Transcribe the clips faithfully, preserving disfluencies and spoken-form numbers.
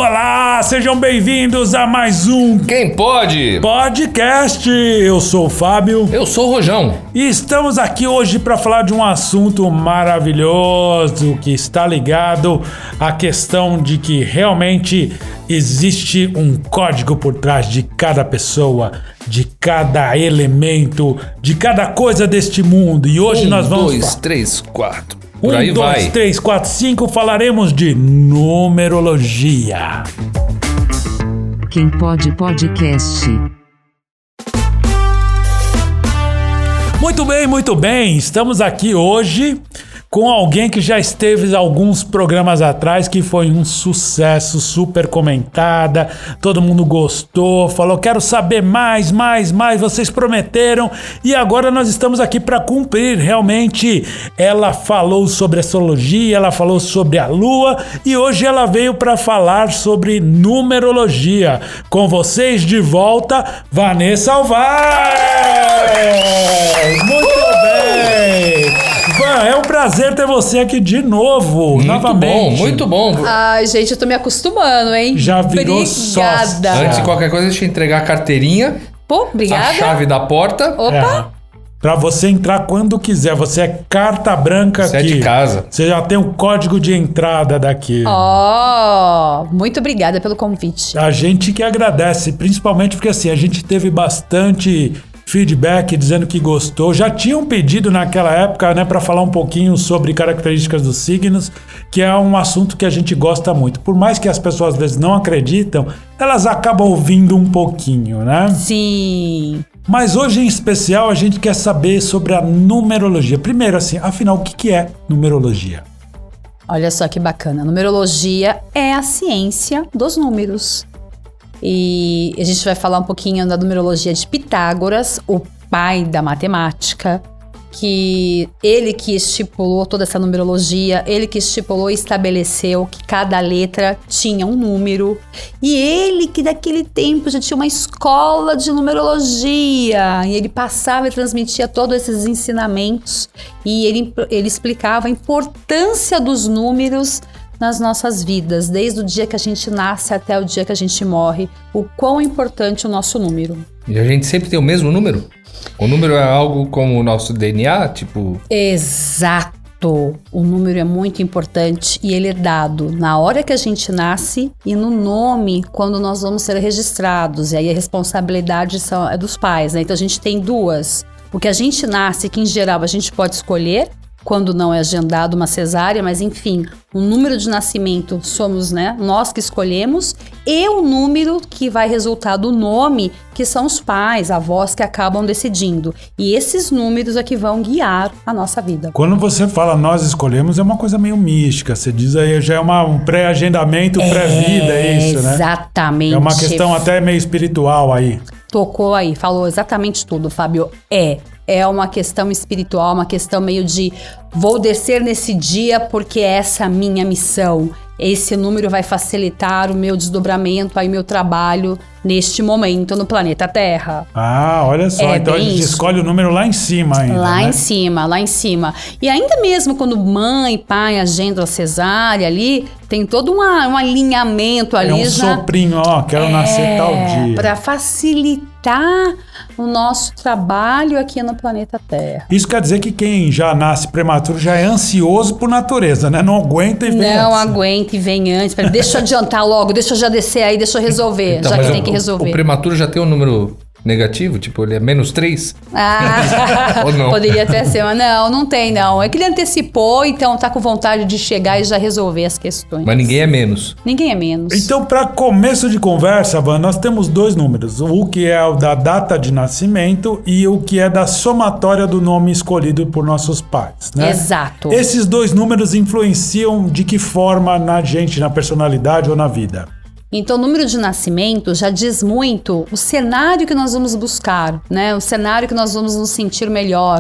Olá, sejam bem-vindos a mais um Quem Pode? Podcast. Eu sou o Fábio. Eu sou o Rojão. E estamos aqui hoje para falar de um assunto maravilhoso que está ligado à questão de que realmente existe um código por trás de cada pessoa, de cada elemento, de cada coisa deste mundo. E hoje um, nós vamos... dois, falar. três, quatro. Por Um, aí dois, vai. três, quatro, cinco, falaremos de numerologia. Quem Pode Podcast. Muito bem, muito bem. Estamos aqui hoje com alguém que já esteve alguns programas atrás, que foi um sucesso, super comentada, todo mundo gostou, falou, quero saber mais, mais, mais, vocês prometeram, e agora nós estamos aqui para cumprir. Realmente, ela falou sobre astrologia, ela falou sobre a lua, e hoje ela veio para falar sobre numerologia. Com vocês de volta, Vanessa Alvarez! Muito bem! Van, é um prazer ter você aqui de novo, Muito novamente. bom, muito bom. Ai, gente, eu tô me acostumando, hein? Já virou Obrigada. sócia. Antes de qualquer coisa, deixa eu entregar a carteirinha, Pô, obrigada. a chave da porta. Opa. É, pra você entrar quando quiser. Você é carta branca Você é aqui. de casa. Você já tem o código de entrada daqui. Ó, oh, muito obrigada pelo convite. A gente que agradece, principalmente porque assim, a gente teve bastante feedback dizendo que gostou. Já tinham pedido naquela época, né, para falar um pouquinho sobre características dos signos, que é um assunto que a gente gosta muito. Por mais que as pessoas às vezes não acreditam, elas acabam ouvindo um pouquinho, né? Sim. Mas hoje em especial a gente quer saber sobre a numerologia. Primeiro assim, afinal, o que que é numerologia? Olha só que bacana. Numerologia é a ciência dos números. E a gente vai falar um pouquinho da numerologia de Pitágoras, o pai da matemática, que ele que estipulou toda essa numerologia, ele que estipulou e estabeleceu que cada letra tinha um número, e ele que daquele tempo já tinha uma escola de numerologia, e ele passava e transmitia todos esses ensinamentos, e ele, ele explicava a importância dos números nas nossas vidas, desde o dia que a gente nasce até o dia que a gente morre, o quão importante é o nosso número. E a gente sempre tem o mesmo número? O número é algo como o nosso D N A, tipo... Exato! O número é muito importante e ele é dado na hora que a gente nasce e no nome quando nós vamos ser registrados. E aí a responsabilidade são, é dos pais, né? Então a gente tem duas. O que a gente nasce, que em geral a gente pode escolher, quando não é agendado uma cesárea, mas enfim, o número de nascimento somos, né, nós que escolhemos, e o número que vai resultar do nome, que são os pais, avós que acabam decidindo. E esses números é que vão guiar a nossa vida. Quando você fala nós escolhemos, é uma coisa meio mística. Você diz aí, já é uma, um pré-agendamento, É, pré-vida, é isso, né? Exatamente. É uma questão até meio espiritual aí. Tocou aí, falou exatamente tudo, Fábio. É. É uma questão espiritual, uma questão meio de vou descer nesse dia porque é essa a minha missão. Esse número vai facilitar o meu desdobramento, aí meu trabalho neste momento no planeta Terra. Ah, olha só. É então a gente isso. escolhe o número lá em cima ainda, Lá né? em cima, lá em cima. E ainda mesmo quando mãe e pai agendam a cesárea ali, tem todo uma, um alinhamento ali. É um já, soprinho, ó, quero nascer tal dia. Para facilitar o nosso trabalho aqui no planeta Terra. Isso quer dizer que quem já nasce prematuro já é ansioso por natureza, né? Não aguenta e vem Não antes. aguenta e vem antes. Pera, deixa eu adiantar logo, deixa eu já descer aí, deixa eu resolver, Então, já mas que tem o- que resolver. O prematuro já tem um número negativo? Tipo, ele é menos três? Ah, Ou não? poderia até ser, mas não, não tem não. É que ele antecipou, então tá com vontade de chegar e já resolver as questões. Mas ninguém é menos. Ninguém é menos. Então, para começo de conversa, Van, nós temos dois números. O que é o da data de nascimento e o que é da somatória do nome escolhido por nossos pais, né? Exato. Esses dois números influenciam de que forma na gente, na personalidade ou na vida? Então, o número de nascimento já diz muito o cenário que nós vamos buscar, né? O cenário que nós vamos nos sentir melhor.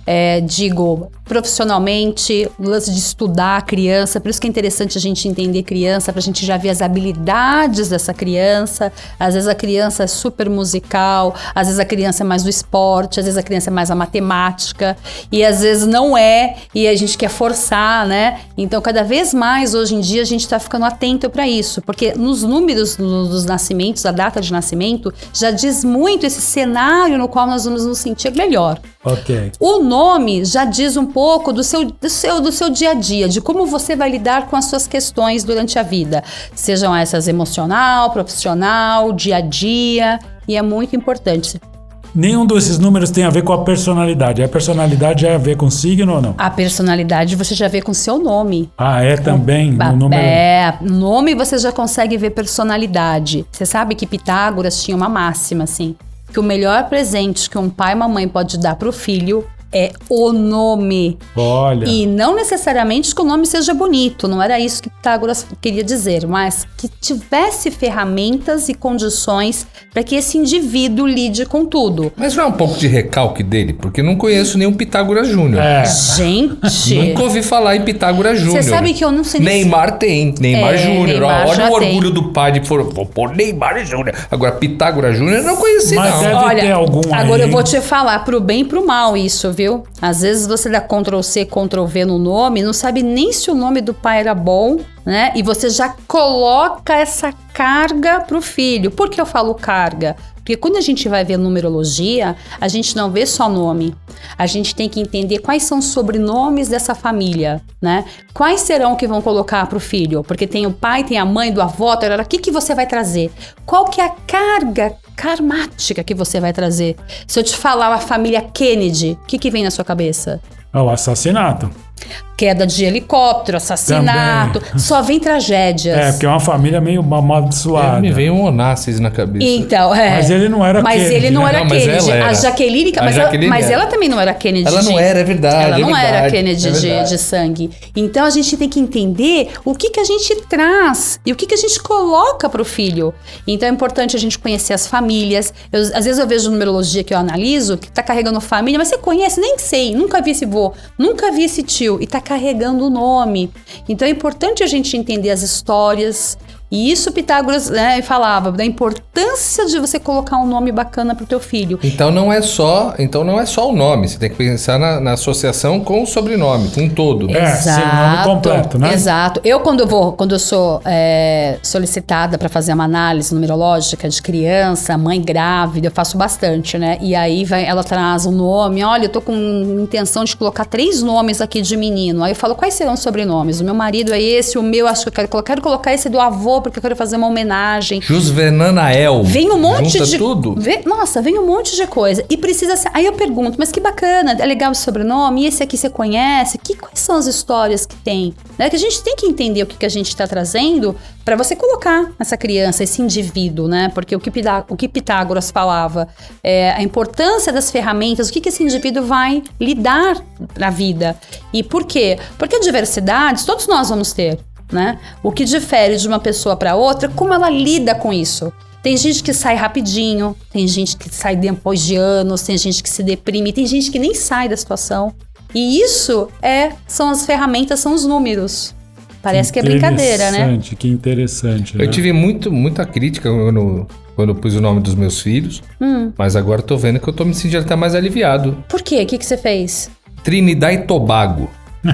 é, digo, profissionalmente, o lance de estudar a criança, por isso que é interessante a gente entender criança, pra gente já ver as habilidades dessa criança. Às vezes a criança é super musical, às vezes a criança é mais do esporte, às vezes a criança é mais a matemática, e às vezes não é, e a gente quer forçar, né? Então, cada vez mais, hoje em dia, a gente tá ficando atento pra isso, porque nos números dos nascimentos, a data de nascimento, já diz muito esse cenário no qual nós vamos nos sentir melhor. Ok. O nome já diz um pouco do seu, do, seu, do seu dia a dia, de como você vai lidar com as suas questões durante a vida. Sejam essas emocional, profissional, dia a dia, e é muito importante. Nenhum desses números tem a ver com a personalidade. A personalidade é a ver com signo ou não? A personalidade você já vê com seu nome. Ah, é também Ba- no número... É, nome você já consegue ver personalidade. Você sabe que Pitágoras tinha uma máxima, assim, que o melhor presente que um pai e uma mãe pode dar pro filho é o nome. Olha. E não necessariamente que o nome seja bonito, não era isso que Pitágoras queria dizer, mas que tivesse ferramentas e condições para que esse indivíduo lide com tudo. Mas não é um pouco de recalque dele? Porque eu não conheço nenhum Pitágoras Júnior. É. Gente... Nunca ouvi falar em Pitágoras Júnior. Você sabe que eu não sei nem se- Neymar tem, Neymar É, Júnior. Neymar Olha já o tem. orgulho do pai de for, vou pôr Neymar Júnior. Agora, Pitágoras Júnior eu não conheci, Mas não. deve Olha, ter algum agora aí. eu vou te falar pro bem e pro mal isso, viu? Às vezes você dá control C, control V no nome, não sabe nem se o nome do pai era bom, né? E você já coloca essa carga pro filho. Por que eu falo carga? Porque quando a gente vai ver numerologia, a gente não vê só nome. A gente tem que entender quais são os sobrenomes dessa família, né? Quais serão que vão colocar pro filho? Porque tem o pai, tem a mãe, do avó, tarará. O que que você vai trazer? Qual que é a carga karmática que você vai trazer? Se eu te falar a família Kennedy, o que que vem na sua cabeça? É o assassinato. Queda de helicóptero, assassinato, Também. só vem tragédias. É, porque é uma família meio amaldiçoada. Me veio um Onassis na cabeça. Então, é. Mas ele não era Mas Kennedy, ele não né? era Não, mas Kennedy. ela era. A Jaqueline, A mas, Jaqueline ela, mas era. ela também não era Kennedy. Ela não de- era, é verdade, Ela é não era verdade, Kennedy é de, verdade. de sangue. Então a gente tem que entender o que, que a gente traz e o que, que a gente coloca pro filho. Então é importante a gente conhecer as famílias. Eu, às vezes eu vejo numerologia que eu analiso, que tá carregando família, mas você conhece? Nem sei, nunca vi esse vô, nunca vi esse tio, e tá carregando o nome. Então é importante a gente entender as histórias. E isso Pitágoras, né, falava da importância de você colocar um nome bacana pro teu filho. Então não é só, então não é só o nome, você tem que pensar na, na associação com o sobrenome, com um todo. É, sim, o nome completo, né? Exato. Eu quando eu vou, quando eu sou é, solicitada para fazer uma análise numerológica de criança, mãe grávida, eu faço bastante, né? E aí vai, ela traz um nome, olha, eu tô com intenção de colocar três nomes aqui de menino. Aí eu falo, quais serão os sobrenomes? O meu marido é esse, o meu acho que eu quero colocar, quero colocar esse do avô porque eu quero fazer uma homenagem. Jusvenanael. Vem um monte Junta de... tudo. Vem- nossa, vem um monte de coisa. E precisa ser... Aí eu pergunto, mas que bacana, é legal o sobrenome, e esse aqui você conhece? Que, quais são as histórias que tem? Né? Que a gente tem que entender o que, que a gente está trazendo para você colocar essa criança, esse indivíduo, né? Porque o que, Pitá- o que Pitágoras falava, é a importância das ferramentas, o que, que esse indivíduo vai lidar na vida. E por quê? Porque diversidades todos nós vamos ter. Né? O que difere de uma pessoa para outra, como ela lida com isso. Tem gente que sai rapidinho, tem gente que sai depois de anos, tem gente que se deprime, tem gente que nem sai da situação. E isso é, são as ferramentas, são os números. Parece que é brincadeira, né? Interessante, que interessante. Eu né? tive muito, muita crítica quando, quando eu pus o nome dos meus filhos, Hum. mas agora eu tô vendo que eu tô me sentindo até mais aliviado. Por quê? O que, que você fez? Trinidad e Tobago.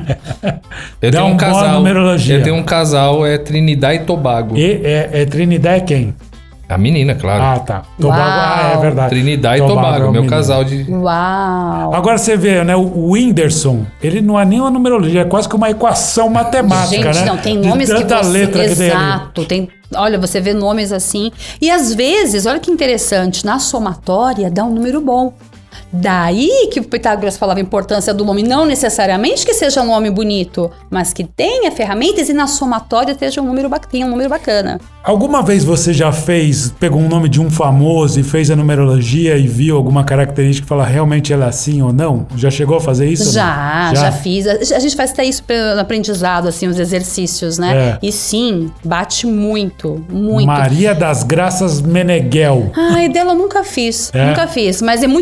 Eu Dá tenho um uma boa casal. numerologia. Eu tenho um casal, é Trinidad e Tobago. E é, é Trinidad é quem? A menina, claro. Ah, tá. Tobago, Uau. ah, é verdade. Trinidad e Tobago Tobago, é o meu menino. casal de. Uau! Agora você vê, né? O Whindersson, ele não é nem uma numerologia, é quase que uma equação matemática, Gente, né? não, tem De nomes que tanta você... letra que tem ali. Exato, tem... Olha, você vê nomes assim. E às vezes, olha que interessante, na somatória dá um número bom. Daí que o Pitágoras falava a importância do nome, não necessariamente que seja um nome bonito, mas que tenha ferramentas e na somatória tenha um número, ba- tenha um número bacana. Alguma vez você já fez, pegou um nome de um famoso e fez a numerologia e viu alguma característica e fala realmente ela é assim ou não? Já chegou a fazer isso? ou Já, não? já, fiz. A, a gente faz até isso no aprendizado, assim, os exercícios, né? É. E sim, bate muito, muito. Maria das Graças Meneghel. Ai, dela eu nunca fiz, É? nunca fiz. Mas é muito, mas é,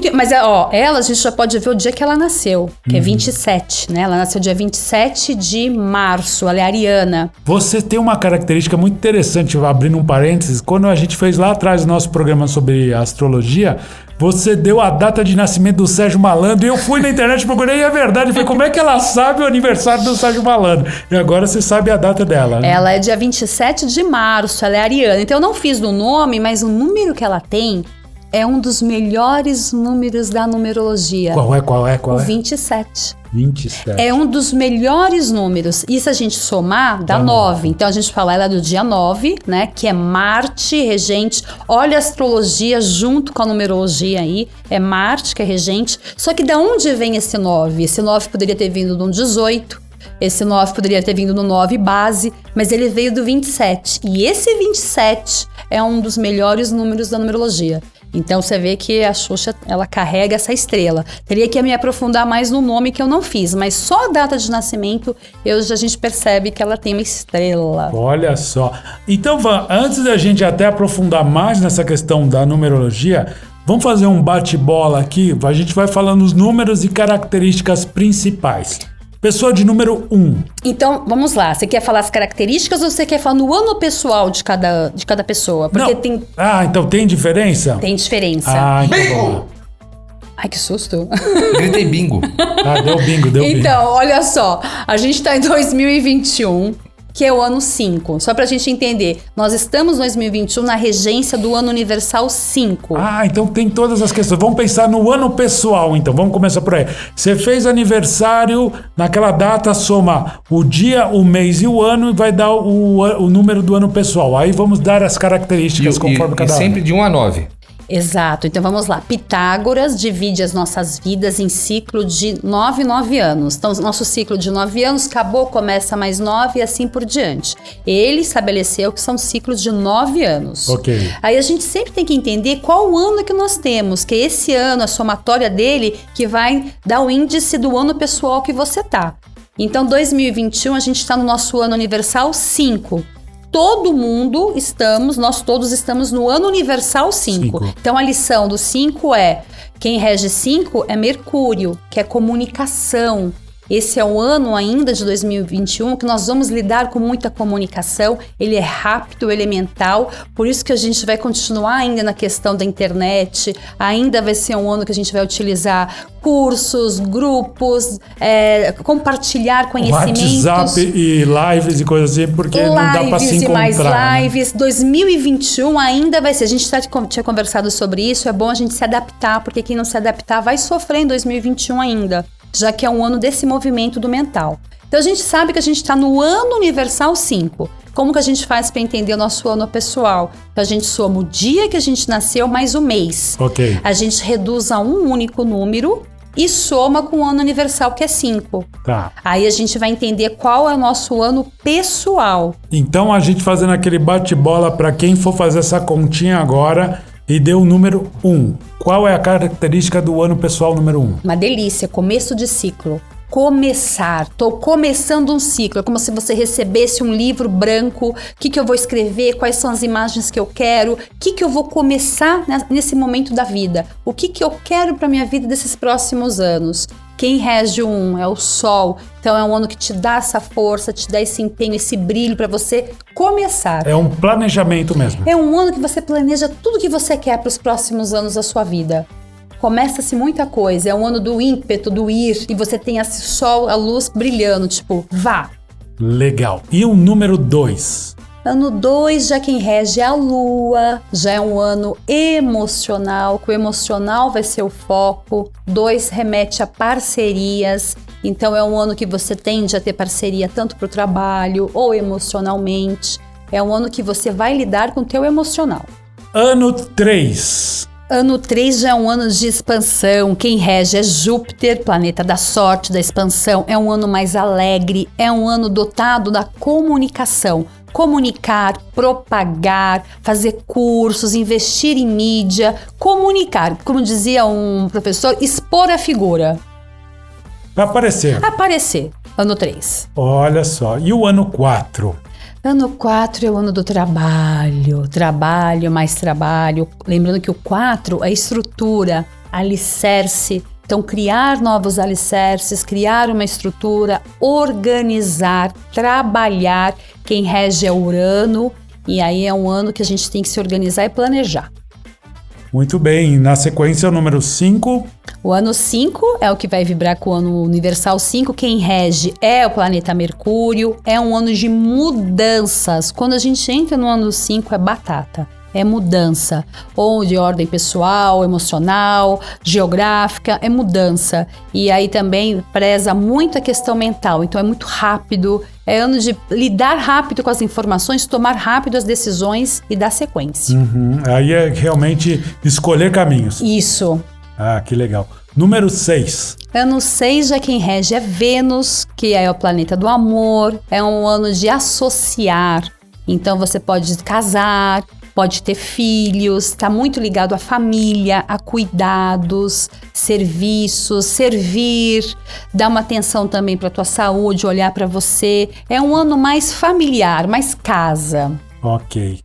ó, ela a gente já pode ver o dia que ela nasceu, que Uhum. é vinte e sete, né? Ela nasceu dia vinte e sete de março, ela é ariana. Você tem uma característica muito interessante, abrindo um parênteses, quando a gente fez lá atrás o nosso programa sobre astrologia, você deu a data de nascimento do Sérgio Malandro e eu fui na internet, procurei e é verdade. Falei, como é que ela sabe o aniversário do Sérgio Malandro? E agora você sabe a data dela. Né? Ela é dia vinte e sete de março, ela é ariana. Então eu não fiz no nome, mas o número que ela tem é um dos melhores números da numerologia. Qual é, qual é, qual o é? vinte e sete. vinte e sete. É um dos melhores números. E se a gente somar, dá Dá nove. Então a gente fala, ela é do dia nove, né? Que é Marte regente. Olha a astrologia junto com a numerologia aí. É Marte que é regente. Só que da onde vem esse nove? Esse nove poderia ter vindo de um dezoito. Esse nove poderia ter vindo no nove base, mas ele veio do vinte e sete. E esse vinte e sete é um dos melhores números da numerologia. Então você vê que a Xuxa, ela carrega essa estrela. Teria que me aprofundar mais no nome que eu não fiz, mas só a data de nascimento eu, a gente percebe que ela tem uma estrela. Olha só. Então, Van, antes da gente até aprofundar mais nessa questão da numerologia, vamos fazer um bate-bola aqui. A gente vai falando os números e características principais. Pessoa de número um. Então, vamos lá. Você quer falar as características ou você quer falar no ano pessoal de cada, de cada pessoa? Porque Não. tem, Ah, então tem diferença? tem diferença. Ah, então vamos lá. Ai, que susto. Gritei bingo. Ah, deu bingo, deu bingo. Então, olha só. A gente tá em dois mil e vinte e um, que é o ano cinco. Só pra gente entender. Nós estamos em dois mil e vinte e um na regência do ano universal cinco. Ah, então tem todas as questões. Vamos pensar no ano pessoal, então. Vamos começar por aí. Você fez aniversário, naquela data soma o dia, o mês e o ano e vai dar o, o número do ano pessoal. Aí vamos dar as características E, conforme e, cada e ano. sempre de um a nove. Exato. Então vamos lá. Pitágoras divide as nossas vidas em ciclo de nove, nove anos. Então, nosso ciclo de nove anos acabou, começa mais nove e assim por diante. Ele estabeleceu que são ciclos de nove anos. Ok. Aí a gente sempre tem que entender qual o ano que nós temos, que é esse ano, a somatória dele, que vai dar o índice do ano pessoal que você tá. Então, dois mil e vinte e um, a gente está no nosso ano universal cinco. Todo mundo estamos, nós todos estamos no ano universal cinco. Cinco. Então a lição do cinco é, quem rege cinco é Mercúrio, que é comunicação. Esse é o ano ainda de dois mil e vinte e um que nós vamos lidar com muita comunicação. Ele é rápido, elemental, por isso que a gente vai continuar ainda na questão da internet. Ainda vai ser um ano que a gente vai utilizar cursos, grupos, é, compartilhar conhecimentos. WhatsApp e lives e coisas assim, porque não dá pra se Lives e mais encontrar. né? lives. dois mil e vinte e um ainda vai ser. A gente tá, tinha conversado sobre isso. É bom a gente se adaptar, porque quem não se adaptar vai sofrer em dois mil e vinte e um ainda, já que é um ano desse movimento do mental. Então a gente sabe que a gente está no ano universal cinco. Como que a gente faz para entender o nosso ano pessoal? Então a gente soma o dia que a gente nasceu mais o mês. Ok. A gente reduz a um único número e soma com o ano universal, que é cinco. Tá. Aí a gente vai entender qual é o nosso ano pessoal. Então a gente fazendo aquele bate-bola para quem for fazer essa continha agora e deu o número um. Qual é a característica do ano pessoal número um? Uma delícia, começo de ciclo. Começar, tô começando um ciclo, é como se você recebesse um livro branco, o que que eu vou escrever, quais são as imagens que eu quero, o que que eu vou começar nesse momento da vida, o que que eu quero para minha vida desses próximos anos. Quem rege o um é o Sol, então é um ano que te dá essa força, te dá esse empenho, esse brilho para você começar. É um planejamento mesmo. É um ano que você planeja tudo que você quer para os próximos anos da sua vida. Começa-se muita coisa, é um ano do ímpeto, do ir, e você tem esse sol, a luz brilhando, tipo, vá. Legal. E o número dois? Ano dois, já quem rege é a Lua, já é um ano emocional, que o emocional vai ser o foco. dois remete a parcerias, então é um ano que você tende a ter parceria tanto para o trabalho ou emocionalmente. É um ano que você vai lidar com o teu emocional. Ano três. Ano três já é um ano de expansão, quem rege é Júpiter, planeta da sorte, da expansão, é um ano mais alegre, é um ano dotado da comunicação, comunicar, propagar, fazer cursos, investir em mídia, comunicar, como dizia um professor, expor a figura. Vai aparecer. Aparecer, ano três. Olha só. E o ano quatro? Ano quatro é o ano do trabalho, trabalho, mais trabalho. Lembrando que o quatro é estrutura, alicerce. Então, criar novos alicerces, criar uma estrutura, organizar, trabalhar. Quem rege é Urano, e aí é um ano que a gente tem que se organizar e planejar. Muito bem, na sequência o número cinco. O ano cinco é o que vai vibrar com o ano universal cinco. Quem rege é o planeta Mercúrio. É um ano de mudanças. Quando a gente entra no ano cinco é batata. É mudança, ou de ordem pessoal, emocional, geográfica, é mudança. E aí também preza muito a questão mental, então é muito rápido, é ano de lidar rápido com as informações, tomar rápido as decisões e dar sequência. Uhum. Aí é realmente escolher caminhos. Isso. Ah, que legal. Número seis. Ano seis já quem rege é Vênus, que é o planeta do amor, é um ano de associar. Então você pode casar, pode ter filhos, está muito ligado à família, a cuidados, serviços, servir, dar uma atenção também para a tua saúde, olhar para você. É um ano mais familiar, mais casa. Ok.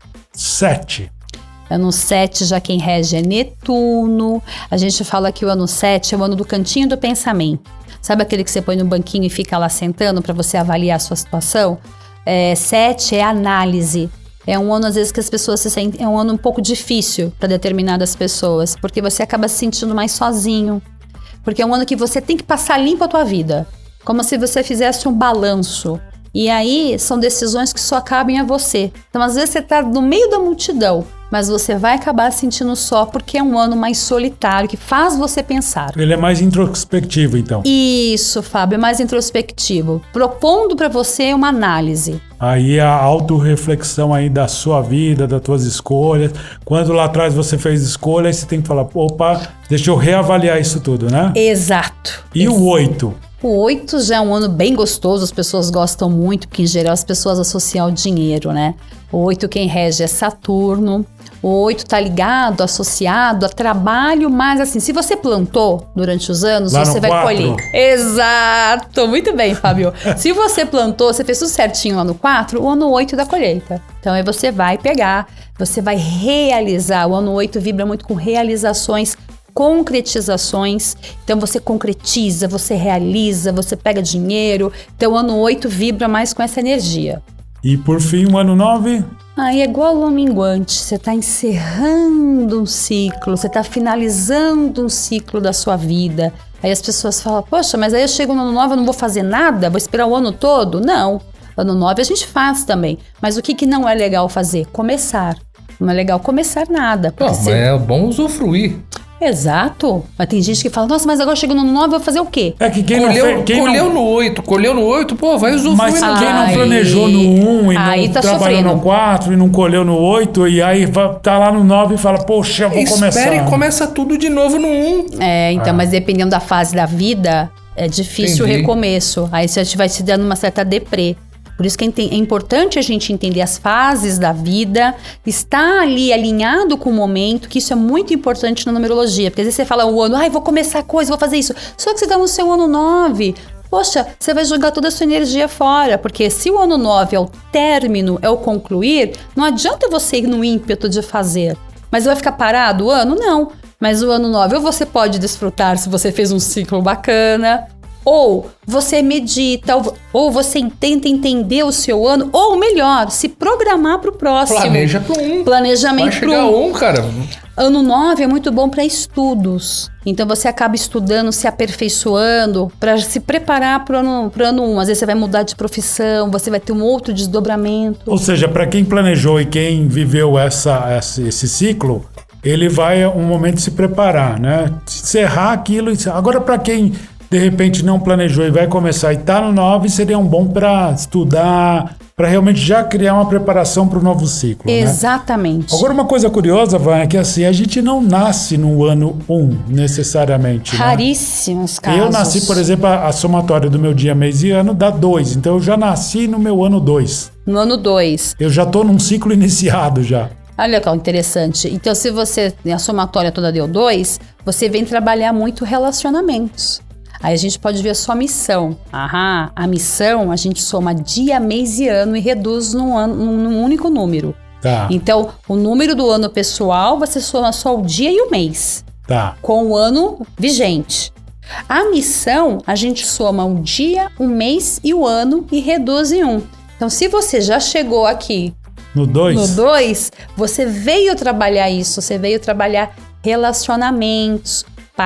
Sete. Ano sete, já quem rege é Netuno. A gente fala que o ano sete é o ano do cantinho do pensamento. Sabe aquele que você põe no banquinho e fica lá sentando para você avaliar a sua situação? É, sete é análise. É um ano, às vezes, que as pessoas se sentem... É um ano um pouco difícil para determinadas pessoas, porque você acaba se sentindo mais sozinho. Porque é um ano que você tem que passar limpo a tua vida. Como se você fizesse um balanço. E aí, são decisões que só cabem a você. Então, às vezes, você está no meio da multidão, mas você vai acabar se sentindo só, porque é um ano mais solitário, que faz você pensar. Ele é mais introspectivo, então. Isso, Fábio, é mais introspectivo. Propondo para você uma análise. Aí a autorreflexão aí da sua vida, das tuas escolhas. Quando lá atrás você fez escolha, você tem que falar, opa, deixa eu reavaliar isso tudo, né? Exato. E Ex- o oito? O oito já é um ano bem gostoso, as pessoas gostam muito, porque em geral as pessoas associam ao dinheiro, né? O oito quem rege é Saturno. O oito tá ligado, associado a trabalho, mas assim, se você plantou durante os anos, Lá você no vai quatro. colher. Exato! Muito bem, Fábio. Se você plantou, você fez tudo certinho lá no quatro, o ano oito é da colheita. Então aí você vai pegar, você vai realizar. O ano oito vibra muito com realizações, concretizações. Então você concretiza, você realiza, você pega dinheiro. Então o ano oito vibra mais com essa energia. E por fim, o ano nove? Aí é igual lua minguante, você está encerrando um ciclo, você está finalizando um ciclo da sua vida. Aí as pessoas falam, poxa, mas aí eu chego no ano nove, eu não vou fazer nada? Vou esperar o ano todo? Não, ano nove a gente faz também. Mas o que, que não é legal fazer? Começar. Não é legal começar nada. Não, você... mas é bom usufruir. Exato. Mas tem gente que fala, nossa, mas agora chego no ano nove, eu vou fazer o quê? É que quem colheu não fez, quem colheu não... no oito, colheu no oito, pô, vai usufruir. Mas no quem não Aí- planejou no um e aí não tá trabalhou sofrendo. no quatro e não colheu no oito e aí va- tá lá no nove e fala, poxa, vou Espera começar. e começa tudo de novo no um. É, então, Ah. mas dependendo da fase da vida, é difícil Entendi. o recomeço. Aí você vai se dando uma certa deprê. Por isso que é inte- é importante a gente entender as fases da vida, estar ali alinhado com o momento, que isso é muito importante na numerologia. Porque às vezes você fala o ano, ai, vou começar coisa, vou fazer isso. Só que você está no seu ano nove. Poxa, você vai jogar toda a sua energia fora. Porque se o ano nove é o término, é o concluir, não adianta você ir no ímpeto de fazer. Mas vai ficar parado o ano? Não. Mas o ano nove, ou você pode desfrutar se você fez um ciclo bacana, ou você medita, ou- ou você tenta entender o seu ano, ou melhor, se programar para o próximo. Planeja pro um. Vai Planejamento chegar pro um, cara. Ano nove é muito bom para estudos. Então você acaba estudando, se aperfeiçoando para se preparar para o ano, pro ano um. Às vezes você vai mudar de profissão, você vai ter um outro desdobramento. Ou seja, para quem planejou e quem viveu essa, essa- esse ciclo, ele vai um momento se preparar, né? Encerrar aquilo. Agora, para quem de repente não planejou e vai começar e tá no nove, seria um bom para estudar, para realmente já criar uma preparação para o novo ciclo, né? Exatamente. Agora, uma coisa curiosa, Vânia, é que assim, a gente não nasce no ano um, necessariamente, né? Raríssimos casos. Eu nasci, por exemplo, a, a somatória do meu dia, mês e ano dá dois. Então eu já nasci no meu ano dois. No ano dois. Eu já tô num ciclo iniciado já. Olha que interessante. Então, se você, a somatória toda deu dois, você vem trabalhar muito relacionamentos. Aí a gente pode ver a sua missão. Aham, a missão a gente soma dia, mês e ano e reduz num, ano, num único número. Tá, Então, o número do ano pessoal, você soma só o dia e o mês. Tá. com o ano vigente. A missão, a gente soma um dia, um mês e o ano e reduz em um. Então, se você já chegou aqui No dois? no dois, você veio trabalhar isso, você veio trabalhar relacionamentos,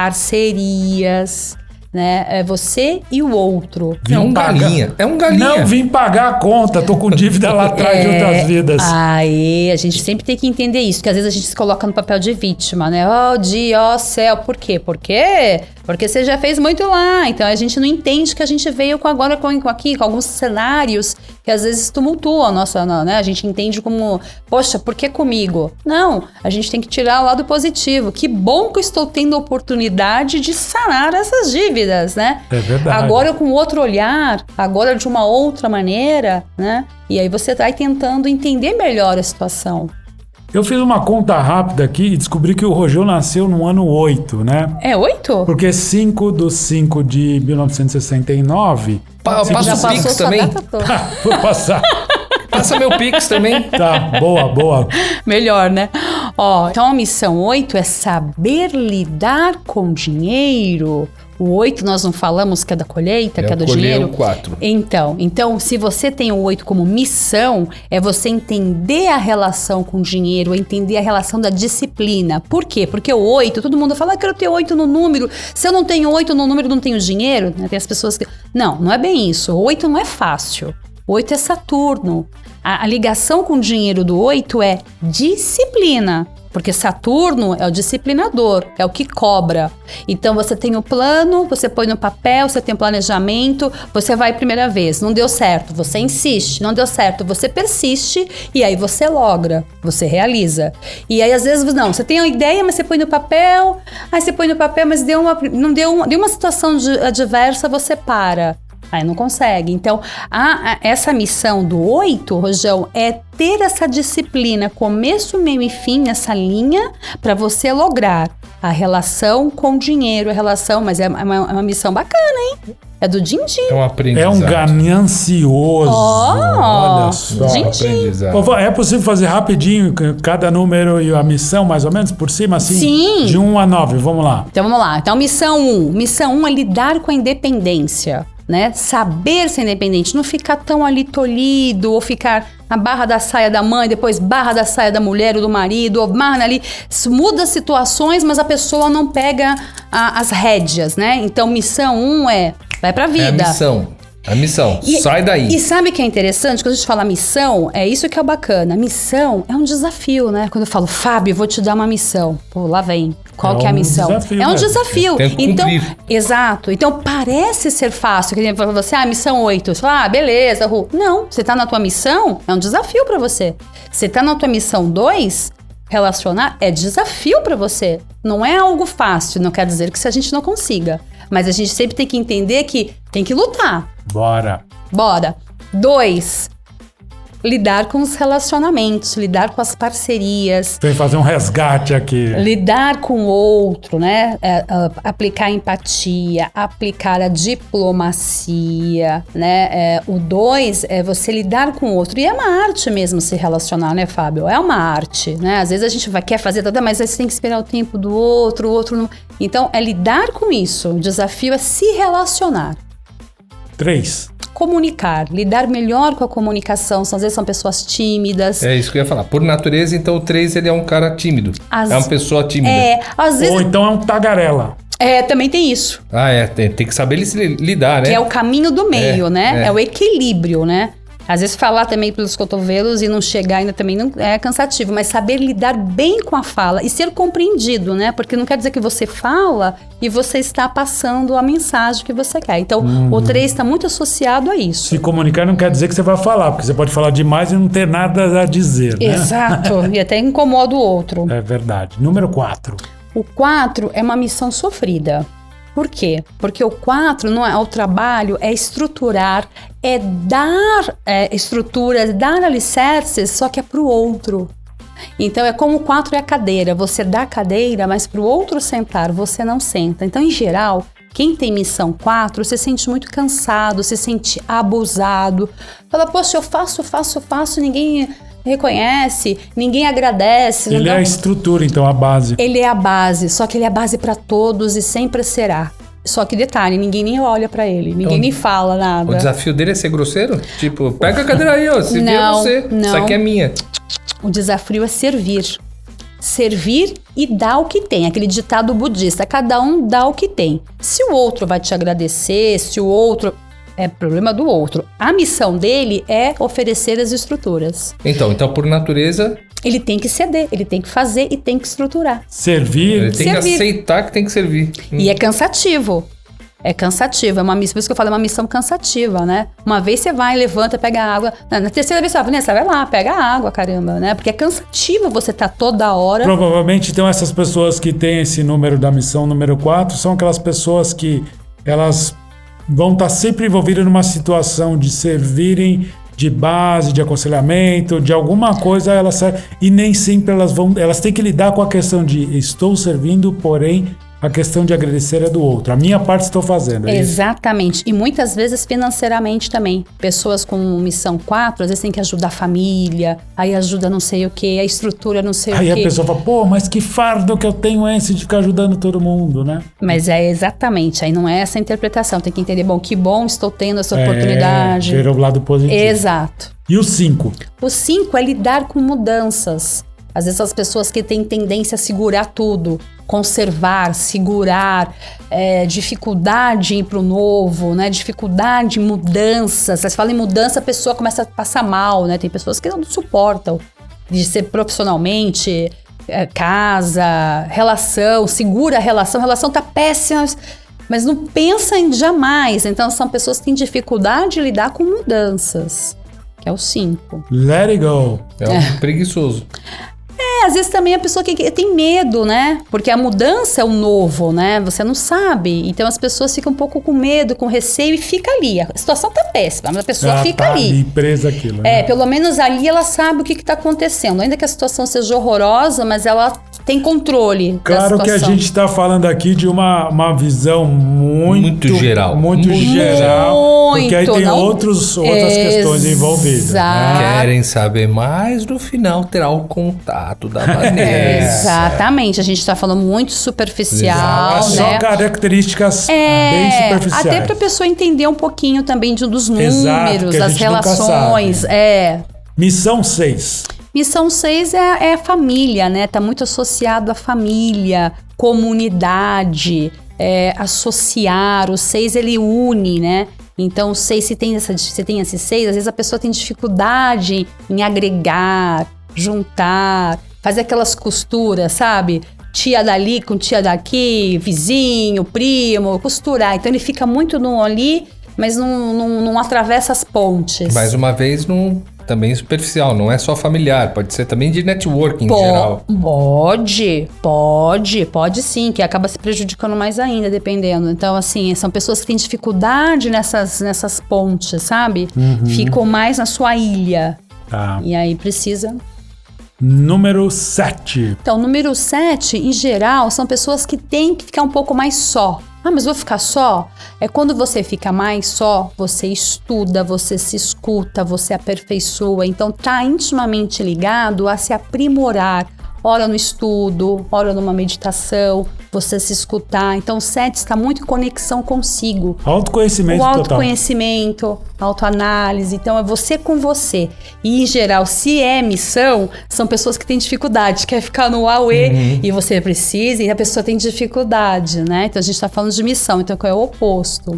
parcerias, né? É você e o outro. É um pagar- galinha. É um galinha. Não, vim pagar a conta, tô com dívida lá atrás de outras vidas. Aí, a gente sempre tem que entender isso, que às vezes a gente se coloca no papel de vítima, né? Oh, dia, ó céu, por quê? Por quê? Porque você já fez muito lá, então a gente não entende que a gente veio com agora com, com aqui, com alguns cenários que às vezes tumultuam a nossa, né? A gente entende como, poxa, por que comigo? Não, a gente tem que tirar o lado positivo. Que bom que eu estou tendo a oportunidade de sanar essas dívidas, né? É verdade. Agora com outro olhar, agora de uma outra maneira, né? E aí você vai tentando entender melhor a situação. Eu fiz uma conta rápida aqui e descobri que o Rogel nasceu no ano oito, né? É oito? Porque cinco do cinco de mil novecentos e sessenta e nove... Pa- cinco passa do o Já cinco- Pix passou sua também? data toda. Vou passar. Passa meu Pix também. Tá, boa, boa. Melhor, né? Ó, então a missão oito é saber lidar com dinheiro. O oito nós não falamos que é da colheita, que é do Eu colhei dinheiro. o quatro. Então, então, se você tem o oito como missão, é você entender a relação com o dinheiro, entender a relação da disciplina. Por quê? Porque o oito, todo mundo fala, ah, quero ter oito no número. Se eu não tenho oito no número, não tenho dinheiro. Né? Tem as pessoas que... Não, não é bem isso. O oito não é fácil. O oito é Saturno. A, a ligação com o dinheiro do oito é disciplina. Porque Saturno é o disciplinador, é o que cobra. Então você tem o plano, você põe no papel, você tem o planejamento, você vai a primeira vez, não deu certo, você insiste, não deu certo, você persiste e aí você logra, você realiza. E aí às vezes não, você tem uma ideia, mas você põe no papel, aí você põe no papel, mas deu uma, não deu uma, deu uma situação de- adversa, você para. Aí não consegue. Então, a, a- essa missão do oito, Rojão, é ter essa disciplina, começo, meio e fim, essa linha, para você lograr a relação com o dinheiro, a relação, mas é uma, é uma missão bacana, hein? É do din-din. É um É aprendizado. um ganancioso. Ó, Olha só. din-din. Aprendizado. Ô, é possível fazer rapidinho cada número e a missão, mais ou menos, por cima, assim? Sim. De um a nove, vamos lá. Então vamos lá. Então, missão um. Missão um é lidar com a independência, né? Saber ser independente, não ficar tão ali tolhido, ou ficar na barra da saia da mãe, depois barra da saia da mulher ou do marido, ou barra ali. Isso muda as situações, mas a pessoa não pega a- as rédeas, né? Então, missão um é vai pra É a vida. missão. A missão. E- Sai daí. E sabe o que é interessante? Quando a gente fala missão, é isso que é o bacana. Missão é um desafio, né? Quando eu falo, Fábio, eu vou te dar uma missão. Pô, lá vem. Qual É que é a um missão? desafio, é um né? desafio. Tem que Então, cumprir. exato. Então parece ser fácil. Que nem pra você, ah, missão oito. Você fala, ah, beleza, Ru. Não, você tá na tua missão, é um desafio pra você. Você tá na tua missão dois, relacionar é desafio pra você. Não é algo fácil, não quer dizer que se a gente não consiga. Mas a gente sempre tem que entender que tem que lutar. Bora. Bora. Dois, lidar com os relacionamentos, lidar com as parcerias, Vem fazer um resgate aqui. lidar com o outro, né? É, é, aplicar a empatia, aplicar a diplomacia, né? É, o dois é você lidar com o outro. E é uma arte mesmo se relacionar, né, Fábio? É uma arte, né? Às vezes a gente vai, quer fazer toda, mas aí você tem que esperar o tempo do outro, o outro não. Então, é lidar com isso. O desafio é se relacionar. Três. Comunicar, lidar melhor com a comunicação. Às vezes são pessoas tímidas. É isso que eu ia falar. Por natureza, então o três ele é um cara tímido. As- É uma pessoa tímida. É, às vezes. Ou então é um tagarela. É, também tem isso. Ah, é. Tem, tem que saber se lidar, né? Que é o caminho do meio, É, né? É. é. o equilíbrio, né? Às vezes falar também pelos cotovelos e não chegar ainda também não é cansativo, mas saber lidar bem com a fala e ser compreendido, né? Porque não quer dizer que você fala e você está passando a mensagem que você quer. Então, o três está muito associado a isso. Se comunicar não quer dizer que você vai falar, porque você pode falar demais e não ter nada a dizer, né? Exato. E até incomoda o outro. É verdade. Número quatro. O quatro é uma missão sofrida. Por quê? Porque o quatro não é o trabalho, é estruturar, é dar é, estruturas, dar alicerces, só que é para o outro. Então é como o quatro é a cadeira, você dá a cadeira, mas para o outro sentar, você não senta. Então, em geral, quem tem missão quatro se sente muito cansado, se sente abusado. Fala, poxa, eu faço, faço, faço, ninguém... reconhece, ninguém agradece. Ele não é dá- a estrutura, então, a base. Ele é a base, só que ele é a base pra todos e sempre será. Só que detalhe, ninguém nem olha pra ele, ninguém Então, nem fala nada. O desafio dele é ser grosseiro? Tipo, pega a cadeira aí, ó. Se vier Não, você. não. Isso aqui é minha. O desafio é servir. Servir e dar o que tem. Aquele ditado budista, cada um dá o que tem. Se o outro vai te agradecer, se o outro... É problema do outro. A missão dele é oferecer as estruturas. Então, então, por natureza, Ele tem que ceder, ele tem que fazer e tem que estruturar. Servir. ele tem que Servir. aceitar que tem que servir. Hum. E é cansativo. É cansativo, é uma missão, por isso que eu falo, é uma missão cansativa, né? Uma vez você vai, levanta, pega a água. Na, na terceira vez você fala, Vanessa, vai lá, pega a água, caramba, né? Porque é cansativo você estar toda hora. Provavelmente, então, essas pessoas que têm esse número da missão número quatro são aquelas pessoas que elas vão estar sempre envolvidas numa situação de servirem de base, de aconselhamento, de alguma coisa, elas servem, e nem sempre elas vão, elas têm que lidar com a questão de estou servindo, porém a questão de agradecer é do outro. A minha parte estou fazendo. É isso? Exatamente. E muitas vezes financeiramente também. Pessoas com missão quatro, às vezes tem que ajudar a família, aí ajuda não sei o que, a estrutura não sei Aí o a que. pessoa fala, pô, mas que fardo que eu tenho esse de ficar ajudando todo mundo, né? Mas é exatamente, aí não é essa interpretação. Tem que entender, bom, que bom estou tendo essa oportunidade. É, ver o lado positivo. Exato. E o cinco? O cinco é lidar com mudanças. Às vezes as pessoas que têm tendência a segurar tudo, conservar, segurar, é, dificuldade em ir pro novo, né? Dificuldade em mudanças. Você fala em mudança, a pessoa começa a passar mal, né? Tem pessoas que não suportam de ser profissionalmente, é, casa, relação, segura a relação, a relação tá péssima, mas não pensa em jamais. Então são pessoas que têm dificuldade de lidar com mudanças, que é o cinco. Let it go. É um preguiçoso. É, às vezes também a pessoa que, que tem medo, né? Porque a mudança é o novo, né? Você não sabe. Então as pessoas ficam um pouco com medo, com receio e fica ali. A situação tá péssima, mas a pessoa Ela fica tá ali. presa aquilo. É, né? pelo menos ali ela sabe o que, que tá acontecendo. Ainda que a situação seja horrorosa, mas ela tem controle Claro da que a situação. gente está falando aqui de uma, uma visão muito, Muito geral. Muito, Muito geral. Porque aí Muito, tem não? outros, outras questões envolvidas. Exato. Né? Querem saber mais? No final terá o contato da Vanessa. Exatamente, a gente tá falando muito superficial, É só né? características bem É, superficiais. até pra pessoa entender um pouquinho também de- dos Exato, números, que a das gente nunca relações. sabe. É. Missão seis. Missão seis é, é família, né? Tá muito associado à família, comunidade, é, associar. O seis, ele une, né? Então, o seis, se tem, essa, se tem esse seis, às vezes a pessoa tem dificuldade em agregar, juntar, fazer aquelas costuras, sabe? Tia dali com tia daqui, vizinho, primo, costurar. Então, ele fica muito no ali, mas não, não, não atravessa as pontes. Mais uma vez, num, também superficial, não é só familiar, pode ser também de networking Po- em geral. Pode, pode, pode sim, que acaba se prejudicando mais ainda, dependendo. Então, assim, são pessoas que têm dificuldade nessas, nessas pontes, sabe? Ficam mais na sua ilha. Tá. E aí precisa... Número sete. Então, número sete, em geral, são pessoas que têm que ficar um pouco mais só. Ah, mas vou ficar só? É quando você fica mais só, você estuda, você se escuta, você aperfeiçoa. Então, tá intimamente ligado a se aprimorar. Ora no estudo, ora numa meditação, você se escutar. Então, o sete está muito em conexão consigo. Autoconhecimento O total. autoconhecimento, autoanálise, então é você com você. E em geral, se é missão, são pessoas que têm dificuldade, quer ficar no auê Uhum. e você precisa, e a pessoa tem dificuldade, né? Então a gente tá falando de missão, então é o oposto.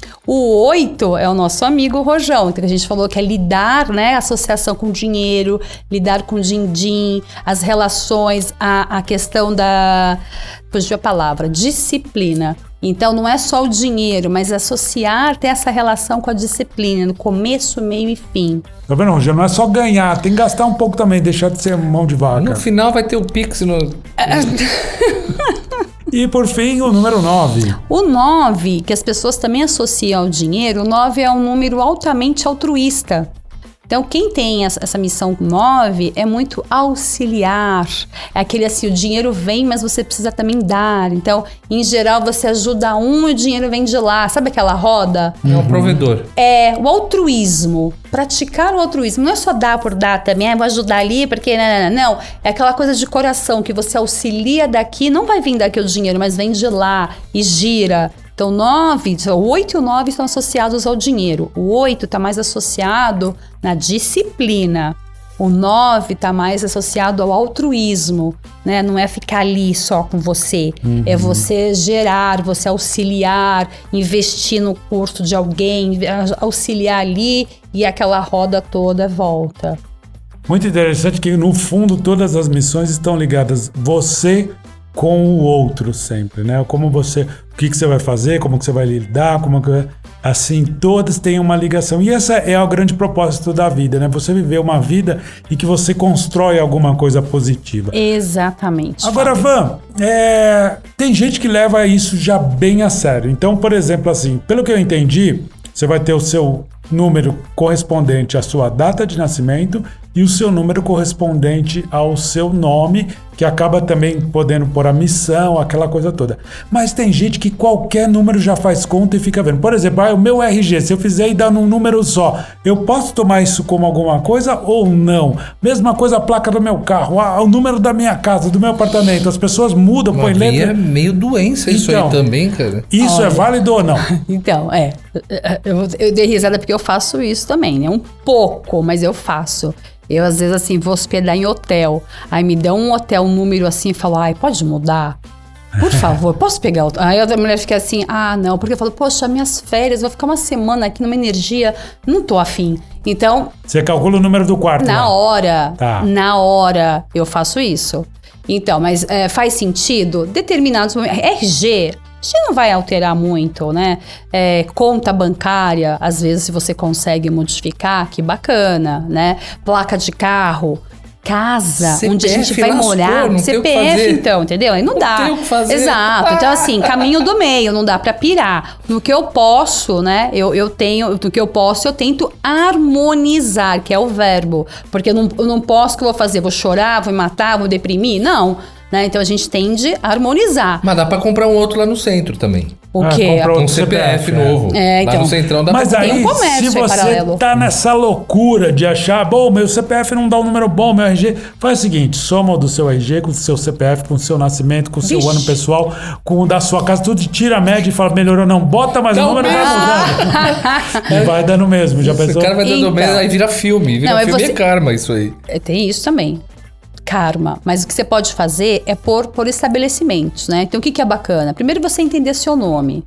O oito é o nosso amigo Rojão, então a gente falou que é lidar, né, associação com dinheiro, lidar com din-din, as relações, a, a questão da, fugiu a palavra, disciplina. Então não é só o dinheiro, mas associar, ter essa relação com a disciplina, no começo, meio e fim. Tá vendo, Rogério? Não é só ganhar, tem que gastar um pouco também, deixar de ser mão de vaca. No final vai ter o Pix no... E por fim, o número nove. O nove, que as pessoas também associam ao dinheiro, o nove é um número altamente altruísta. Então, quem tem essa, essa missão nove é muito auxiliar. É aquele assim, o dinheiro vem, mas você precisa também dar. Então, em geral, você ajuda um e o dinheiro vem de lá. Sabe aquela roda? É um provedor. É o altruísmo. Praticar o altruísmo. Não é só dar por dar também. Ah, vou ajudar ali porque... Não, não, não. Não. É aquela coisa de coração que você auxilia daqui. Não vai vir daqui o dinheiro, mas vem de lá e gira. Então, nove, o oito e o nove estão associados ao dinheiro. O oito está mais associado na disciplina. O nove está mais associado ao altruísmo, né? Não é ficar ali só com você. Uhum. É você gerar, você auxiliar, investir no curso de alguém, auxiliar ali e aquela roda toda volta. Muito interessante que, no fundo, todas as missões estão ligadas você com o outro sempre, né? Como você, o que, que você vai fazer, como que você vai lidar, como que, assim, todas têm uma ligação. E esse é o grande propósito da vida, né? Você viver uma vida em que você constrói alguma coisa positiva. Exatamente. Agora, Van, é, tem gente que leva isso já bem a sério. Então, por exemplo, assim, pelo que eu entendi, você vai ter o seu número correspondente à sua data de nascimento e o seu número correspondente ao seu nome, que acaba também podendo pôr a missão, aquela coisa toda. Mas tem gente que qualquer número já faz conta e fica vendo. Por exemplo, ah, o meu R G, se eu fizer e dar num número só, eu posso tomar isso como alguma coisa ou não? Mesma coisa a placa do meu carro, ah, o número da minha casa, do meu apartamento. As pessoas mudam, põem letra. É meio doença isso então, aí também, cara. Isso Olha, é válido ou não? Então, é. Eu, eu dei risada porque eu faço isso também, né? Um pouco, mas eu faço. Eu, às vezes, assim, vou hospedar em hotel. Aí me dão um hotel, um número assim, e falo, ai, pode mudar? Por favor, posso pegar outro? Aí a outra mulher fica assim, ah, não. Porque eu falo, poxa, minhas férias, vou ficar uma semana aqui numa energia, não tô afim. Então... Você calcula o número do quarto Na lá. hora, tá. na hora, eu faço isso. Então, mas é, faz sentido? Determinados momentos... R G... A gente não vai alterar muito, né? É, conta bancária, às vezes, se você consegue modificar, que bacana, né? Placa de carro, casa, C P F onde a gente vai lascou, morar. não C P tem o que F, fazer. então, entendeu? Aí não, Não dá. tem o que fazer. Exato. Então, assim, caminho do meio, não dá pra pirar. No que eu posso, né? Eu, eu tenho, no que eu posso, eu tento harmonizar, que é o verbo. Porque eu não, eu não posso, o que eu vou fazer? Vou chorar, vou me matar, vou deprimir? Não. Né? Então a gente tende a harmonizar. Mas dá pra comprar um outro lá no centro também. O Ah, quê? compra Um outro C P F, C P F, novo. É, então. Lá no centrão dá Mas pra comprar. aí, Tem um comércio se aí você paralelo. tá nessa loucura de achar, bom, meu C P F não dá um número bom, meu R G, faz o seguinte, soma o do seu R G com o seu C P F, com o seu nascimento, com o seu Vixe. ano pessoal, com o da sua casa, tudo, tira a média e fala, melhorou não, bota mais um Não, número e vai mudando. E vai dando mesmo, já O pensou? cara vai dando Então. medo, aí vira filme. Vira Não, aí filme você- é karma isso aí. É, tem isso também. Karma. Mas o que você pode fazer é pôr por estabelecimentos, né? Então o que, que é bacana? Primeiro você entender seu nome.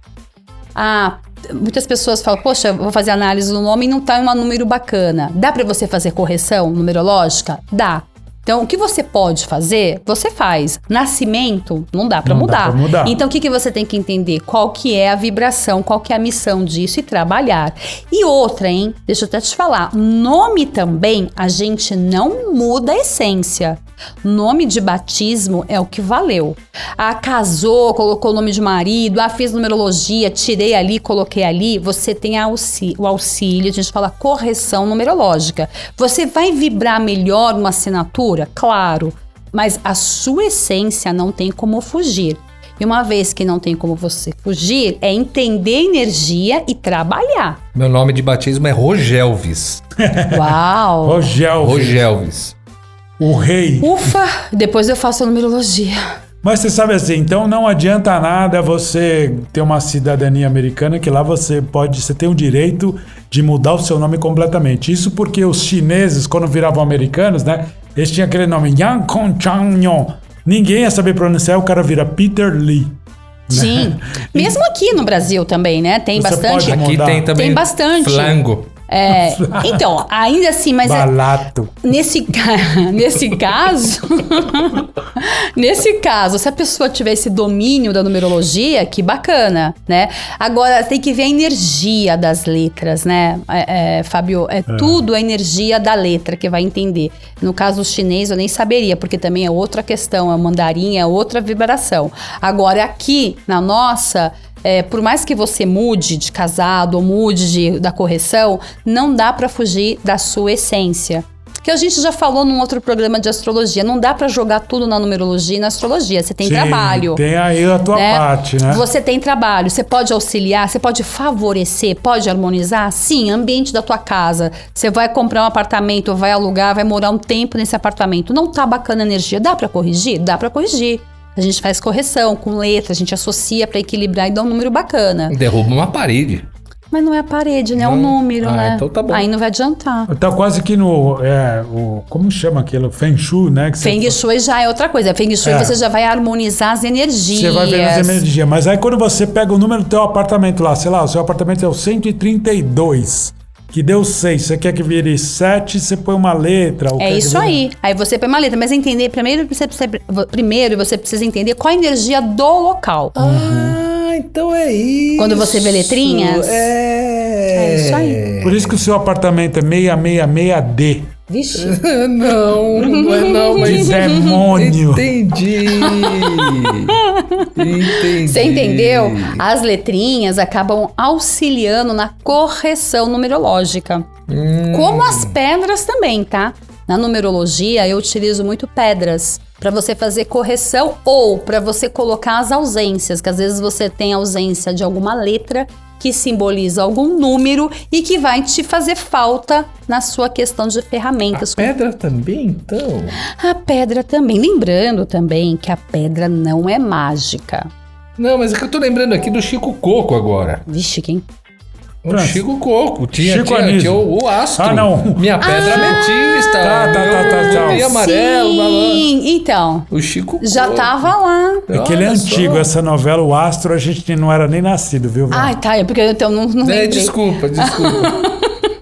Ah, muitas pessoas falam, poxa, eu vou fazer análise do nome e não tá em um número bacana. Dá pra você fazer correção numerológica? Dá. Então, o que você pode fazer, você faz. Nascimento, não dá pra Não dá mudar. pra mudar. Então, o que, que você tem que entender? Qual que é a vibração, qual que é a missão disso e trabalhar. E outra, hein? Deixa eu até te falar. Nome também, a gente não muda a essência. Nome de batismo é o que valeu. Ah, casou, colocou o nome de marido, ah, fiz numerologia, tirei ali, coloquei ali. Você tem auxí- o auxílio, a gente fala correção numerológica. Você vai vibrar melhor uma assinatura? Claro, mas a sua essência não tem como fugir. E uma vez que não tem como você fugir, é entender a energia e trabalhar. Meu nome de batismo é Rogelvis. Uau! Rogel, Rogelvis. o rei. Ufa! Depois eu faço a numerologia. Mas você sabe assim, então não adianta nada você ter uma cidadania americana, que lá você pode, você tem o direito de mudar o seu nome completamente. Isso porque os chineses, quando viravam americanos, né, eles tinham aquele nome Yang Kong Chang Yon. Ninguém ia saber pronunciar, o cara vira Peter Lee. Sim. Mesmo aqui no Brasil também, né? Tem Você bastante. pode Aqui mudar. tem também Tem bastante. flango. É, então, ainda assim, mas é- Balato. nesse, ca- nesse caso, nesse caso, se a pessoa tiver esse domínio da numerologia, que bacana, né? Agora, tem que ver a energia das letras, né, é, é, Fábio? É, tudo a energia da letra que vai entender. No caso chinês, eu nem saberia, porque também é outra questão, é mandarim, é outra vibração. Agora, aqui, na nossa... é, por mais que você mude de casado ou mude de, da correção, não dá pra fugir da sua essência. Que a gente já falou num outro programa de astrologia. Não dá pra jogar tudo na numerologia e na astrologia. Você tem Sim, trabalho. Tem aí a tua né? parte, né? Você tem trabalho. Você pode auxiliar, você pode favorecer, pode harmonizar. Sim, ambiente da tua casa. Você vai comprar um apartamento, vai alugar, vai morar um tempo nesse apartamento. Não tá bacana a energia. Dá pra corrigir? Dá pra corrigir. A gente faz correção com letra, a gente associa pra equilibrar e dá um número bacana. Derruba uma parede. Mas não é a parede, né? É o Não. número, Ah, né? então tá bom. Aí não vai adiantar. Tá quase que no... É, o, como chama aquilo? Feng Shui, né? Que você- Feng Shui já é outra coisa. Feng Shui É. você já vai harmonizar as energias. Você vai ver as energias. Mas aí quando você pega o número do teu apartamento lá, sei lá, o seu apartamento é o cento e trinta e dois, que deu seis. Você quer que vire sete, você põe uma letra. ou É quer que isso vire- aí. Aí você põe uma letra. Mas entender, primeiro você, precisa, primeiro você precisa entender qual a energia do local. Ah, então é isso. Quando você vê letrinhas? É. É isso aí. Por isso que o seu apartamento é seiscentos e sessenta e seis D. Vixe. Não, não é não, De mas... demônio. Entendi. Entendi. Você entendeu? As letrinhas acabam auxiliando na correção numerológica. Hum. Como as pedras também, tá? Na numerologia, eu utilizo muito pedras para você fazer correção ou para você colocar as ausências, que às vezes você tem ausência de alguma letra que simboliza algum número e que vai te fazer falta na sua questão de ferramentas. Pedra também, então? A pedra também. Lembrando também que a pedra não é mágica. Não, mas é que eu tô lembrando aqui do Chico Coco agora. Vixe, quem? O Pronto. Chico Coco. Tinha, Chico tinha, Anísio. tinha o, o astro. Ah, não. Minha pedra ametista. Tá, tá, tá, tá, tá. E amarelo. blá, blá. Sim, então. O Chico Já Coco. tava lá. É que ele é Olha só. antigo, essa novela, o Astro, a gente não era nem nascido, viu? Val? Ai, tá, é porque eu então, não, não É, lembrei. desculpa, desculpa.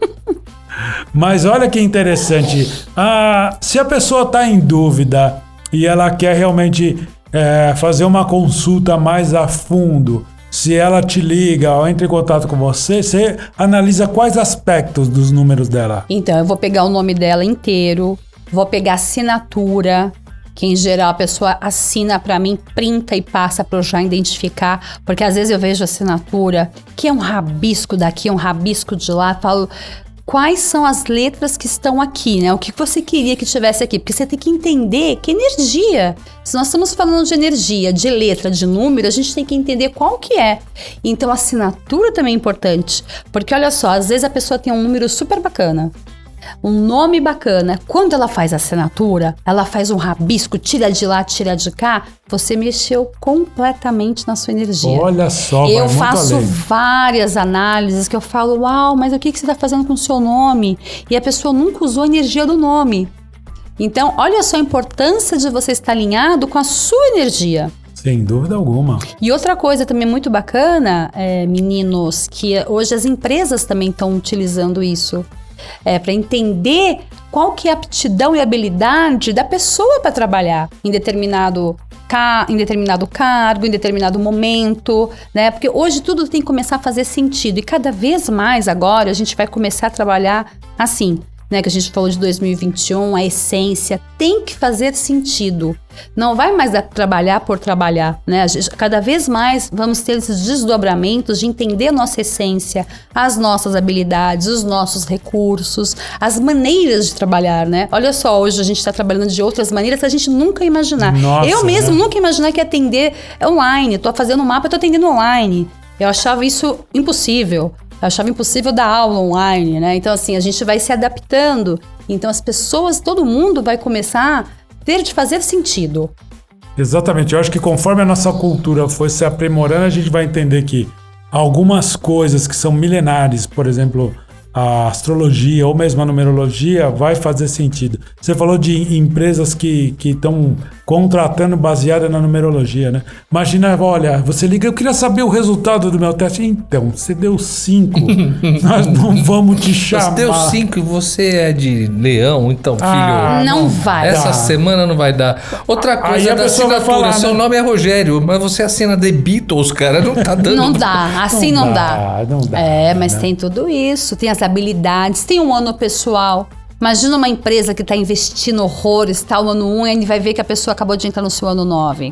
Mas olha que interessante. Ah, se a pessoa está em dúvida e ela quer realmente é, fazer uma consulta mais a fundo, se ela te liga ou entra em contato com você, você analisa quais aspectos dos números dela. Então, eu vou pegar o nome dela inteiro, vou pegar a assinatura, que em geral a pessoa assina pra mim, printa e passa pra eu já identificar, porque às vezes eu vejo a assinatura, que é um rabisco daqui, um rabisco de lá, falo... Quais são as letras que estão aqui, né? O que você queria que tivesse aqui? Porque você tem que entender que energia. Se nós estamos falando de energia, de letra, de número, a gente tem que entender qual que é. Então, a assinatura também é importante. Porque, olha só, às vezes a pessoa tem um número super bacana, um nome bacana. Quando ela faz a assinatura, ela faz um rabisco, tira de lá, tira de cá, você mexeu completamente na sua energia. Olha só, vai Eu muito faço além. várias análises que eu falo, uau, mas o que, que você está fazendo com o seu nome? E a pessoa nunca usou a energia do nome. Então, olha só a importância de você estar alinhado com a sua energia. Sem dúvida alguma. E outra coisa também muito bacana, é, meninos, que hoje as empresas também estão utilizando isso. É, para entender qual que é a aptidão e habilidade da pessoa para trabalhar em determinado, ca- em determinado cargo, em determinado momento, né? Porque hoje tudo tem que começar a fazer sentido e cada vez mais agora a gente vai começar a trabalhar assim, né? Que a gente falou de dois mil e vinte e um, a essência tem que fazer sentido. Não vai mais dar trabalhar por trabalhar, né? A gente, cada vez mais vamos ter esses desdobramentos de entender a nossa essência, as nossas habilidades, os nossos recursos, as maneiras de trabalhar, né? Olha só, hoje a gente está trabalhando de outras maneiras que a gente nunca ia imaginar. Nossa, Eu mesmo né? nunca ia imaginar que ia atender online. Tô fazendo um mapa, tô atendendo online. Eu achava isso impossível. Eu achava impossível dar aula online, né? Então, assim, a gente vai se adaptando. Então, as pessoas, todo mundo vai começar a ter de fazer sentido. Exatamente. Eu acho que conforme a nossa cultura foi se aprimorando, a gente vai entender que algumas coisas que são milenares, por exemplo, a astrologia ou mesmo a numerologia, vai fazer sentido. Você falou de empresas que estão contratando baseada na numerologia, né? Imagina, olha, você liga, eu queria saber o resultado do meu teste. Então, você deu cinco, nós não vamos te chamar. Você deu cinco e você é de leão, então, filho. Ah, não, não vai. Essa dá. semana não vai dar. Outra Aí coisa a da pessoa vai assinatura. falar, Seu né? nome é Rogério, mas você assina The Beatles, cara. Não tá dando. Não dá, assim não, Não dá. dá, não dá, É, mas né? tem tudo isso. Tem as habilidades, tem um ano pessoal. Imagina uma empresa que está investindo horrores, tá no ano um, e ele vai ver que a pessoa acabou de entrar no seu ano nove.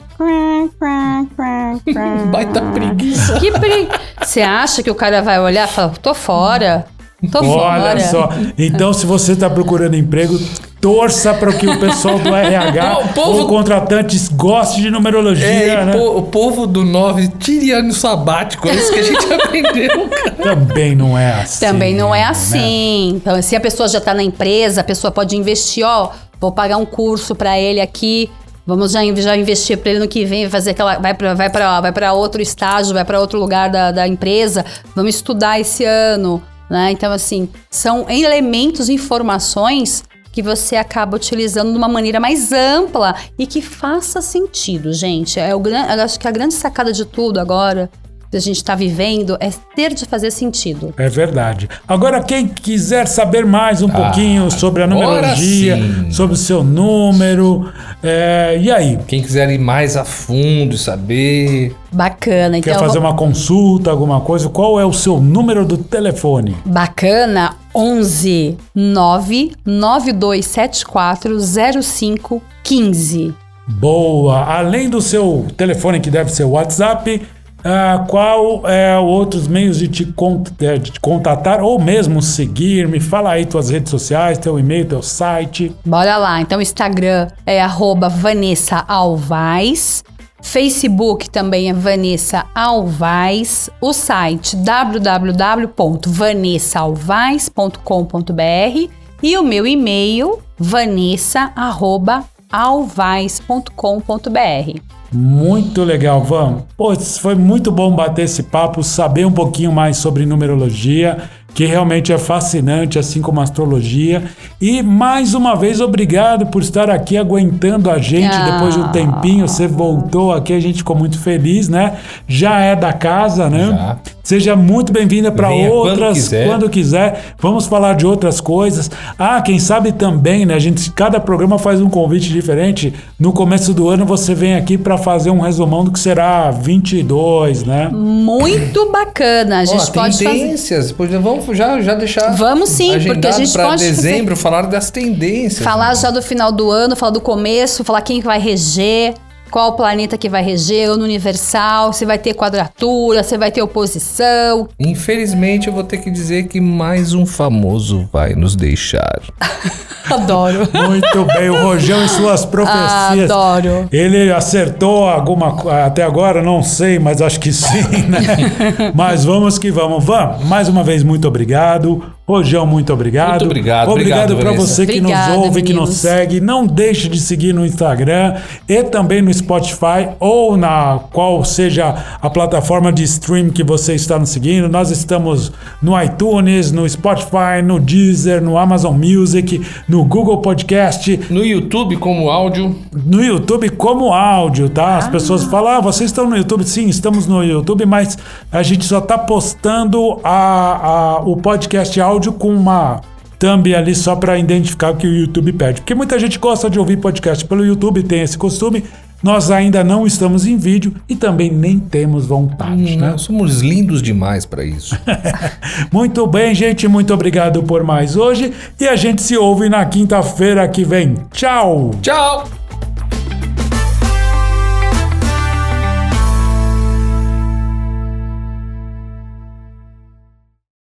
Baita preguiça. Que pre... Você acha que o cara vai olhar e falar, tô fora, tô fora. Olha só, então se você está procurando emprego, torça para que o pessoal do R H O povo- ou contratantes goste de numerologia, É, né? po- o povo do nove tire ano sabático, é isso que a gente aprendeu, cara. Também não é assim. Também não é né? assim. Então, se a pessoa já está na empresa, a pessoa pode investir, ó, vou pagar um curso para ele aqui, vamos já, já investir para ele no que vem, fazer aquela, vai para vai para vai para outro estágio, vai para outro lugar da, da empresa, vamos estudar esse ano, né? Então, assim, são elementos, informações que você acaba utilizando de uma maneira mais ampla e que faça sentido, gente. É o gran... Eu acho que a grande sacada de tudo agora que a gente está vivendo é ter de fazer sentido. É verdade. Agora, quem quiser saber mais um pouquinho sobre a agora numerologia, sim. sobre o seu número, é, e aí? Quem quiser ir mais a fundo e saber... Bacana. Então, Quer fazer uma consulta, alguma coisa? Qual é o seu número do telefone? Bacana, onze nove nove dois sete quatro zero cinco um cinco. Boa! Além do seu telefone, que deve ser o WhatsApp, ah, qual é outros meios de te, cont- eh, de te contatar ou mesmo seguir? Me fala aí tuas redes sociais, teu e-mail, teu site. Bora lá. Então, o Instagram é arroba Vanessa Alvaz. Facebook também é Vanessa Alvaz. O site w w w ponto vanessa alvaz ponto com ponto b r e o meu e-mail vanessa arroba alvaz ponto com ponto b r. Muito legal, Van. Pô, foi muito bom bater esse papo, saber um pouquinho mais sobre numerologia, que realmente é fascinante, assim como a astrologia. E mais uma vez, obrigado por estar aqui aguentando a gente Ah. depois de um tempinho. Você voltou aqui, a gente ficou muito feliz, né? Já é da casa, né? Já. Seja muito bem-vinda para Venha quando outras, quiser. quando quiser. Vamos falar de outras coisas. Ah, quem sabe também, né? A gente, cada programa faz um convite diferente. No começo do ano você vem aqui para fazer um resumão do que será vinte e dois, né? Muito bacana. A gente Ó, pode fazer. tendências. Pois vamos já, já deixar Vamos sim, porque a agendado gente pra pode fazer- dezembro falar das tendências. Falar né? já do final do ano, falar do começo, falar quem vai reger, qual planeta que vai reger, ano universal, se vai ter quadratura, se vai ter oposição. Infelizmente, eu vou ter que dizer que mais um famoso vai nos deixar. Adoro. Muito bem, o Rojão e suas profecias. Adoro. Ele acertou alguma coisa até agora, não sei, mas acho que sim, né? Mas vamos que vamos. Van, mais uma vez, muito obrigado. Rojão, muito obrigado. Muito obrigado, Obrigado obrigado, para Vanessa. você que Obrigada, nos ouve, que nos meninos. segue. Não deixe de seguir no Instagram e também no Spotify ou na qual seja a plataforma de stream que você está nos seguindo. Nós estamos no iTunes, no Spotify, no Deezer, no Amazon Music, no Google Podcast, No YouTube, como áudio, no YouTube como áudio, tá? As pessoas falam, ah, vocês estão no YouTube? Sim, estamos no YouTube, mas a gente só tá postando a, a, o podcast áudio com uma thumb ali só para identificar o que o YouTube pede. Porque muita gente gosta de ouvir podcast pelo YouTube, tem esse costume. Nós ainda não estamos em vídeo e também nem temos vontade, né? nós somos lindos demais para isso. Muito bem, gente, muito obrigado por mais hoje e a gente se ouve na quinta-feira que vem. Tchau! Tchau!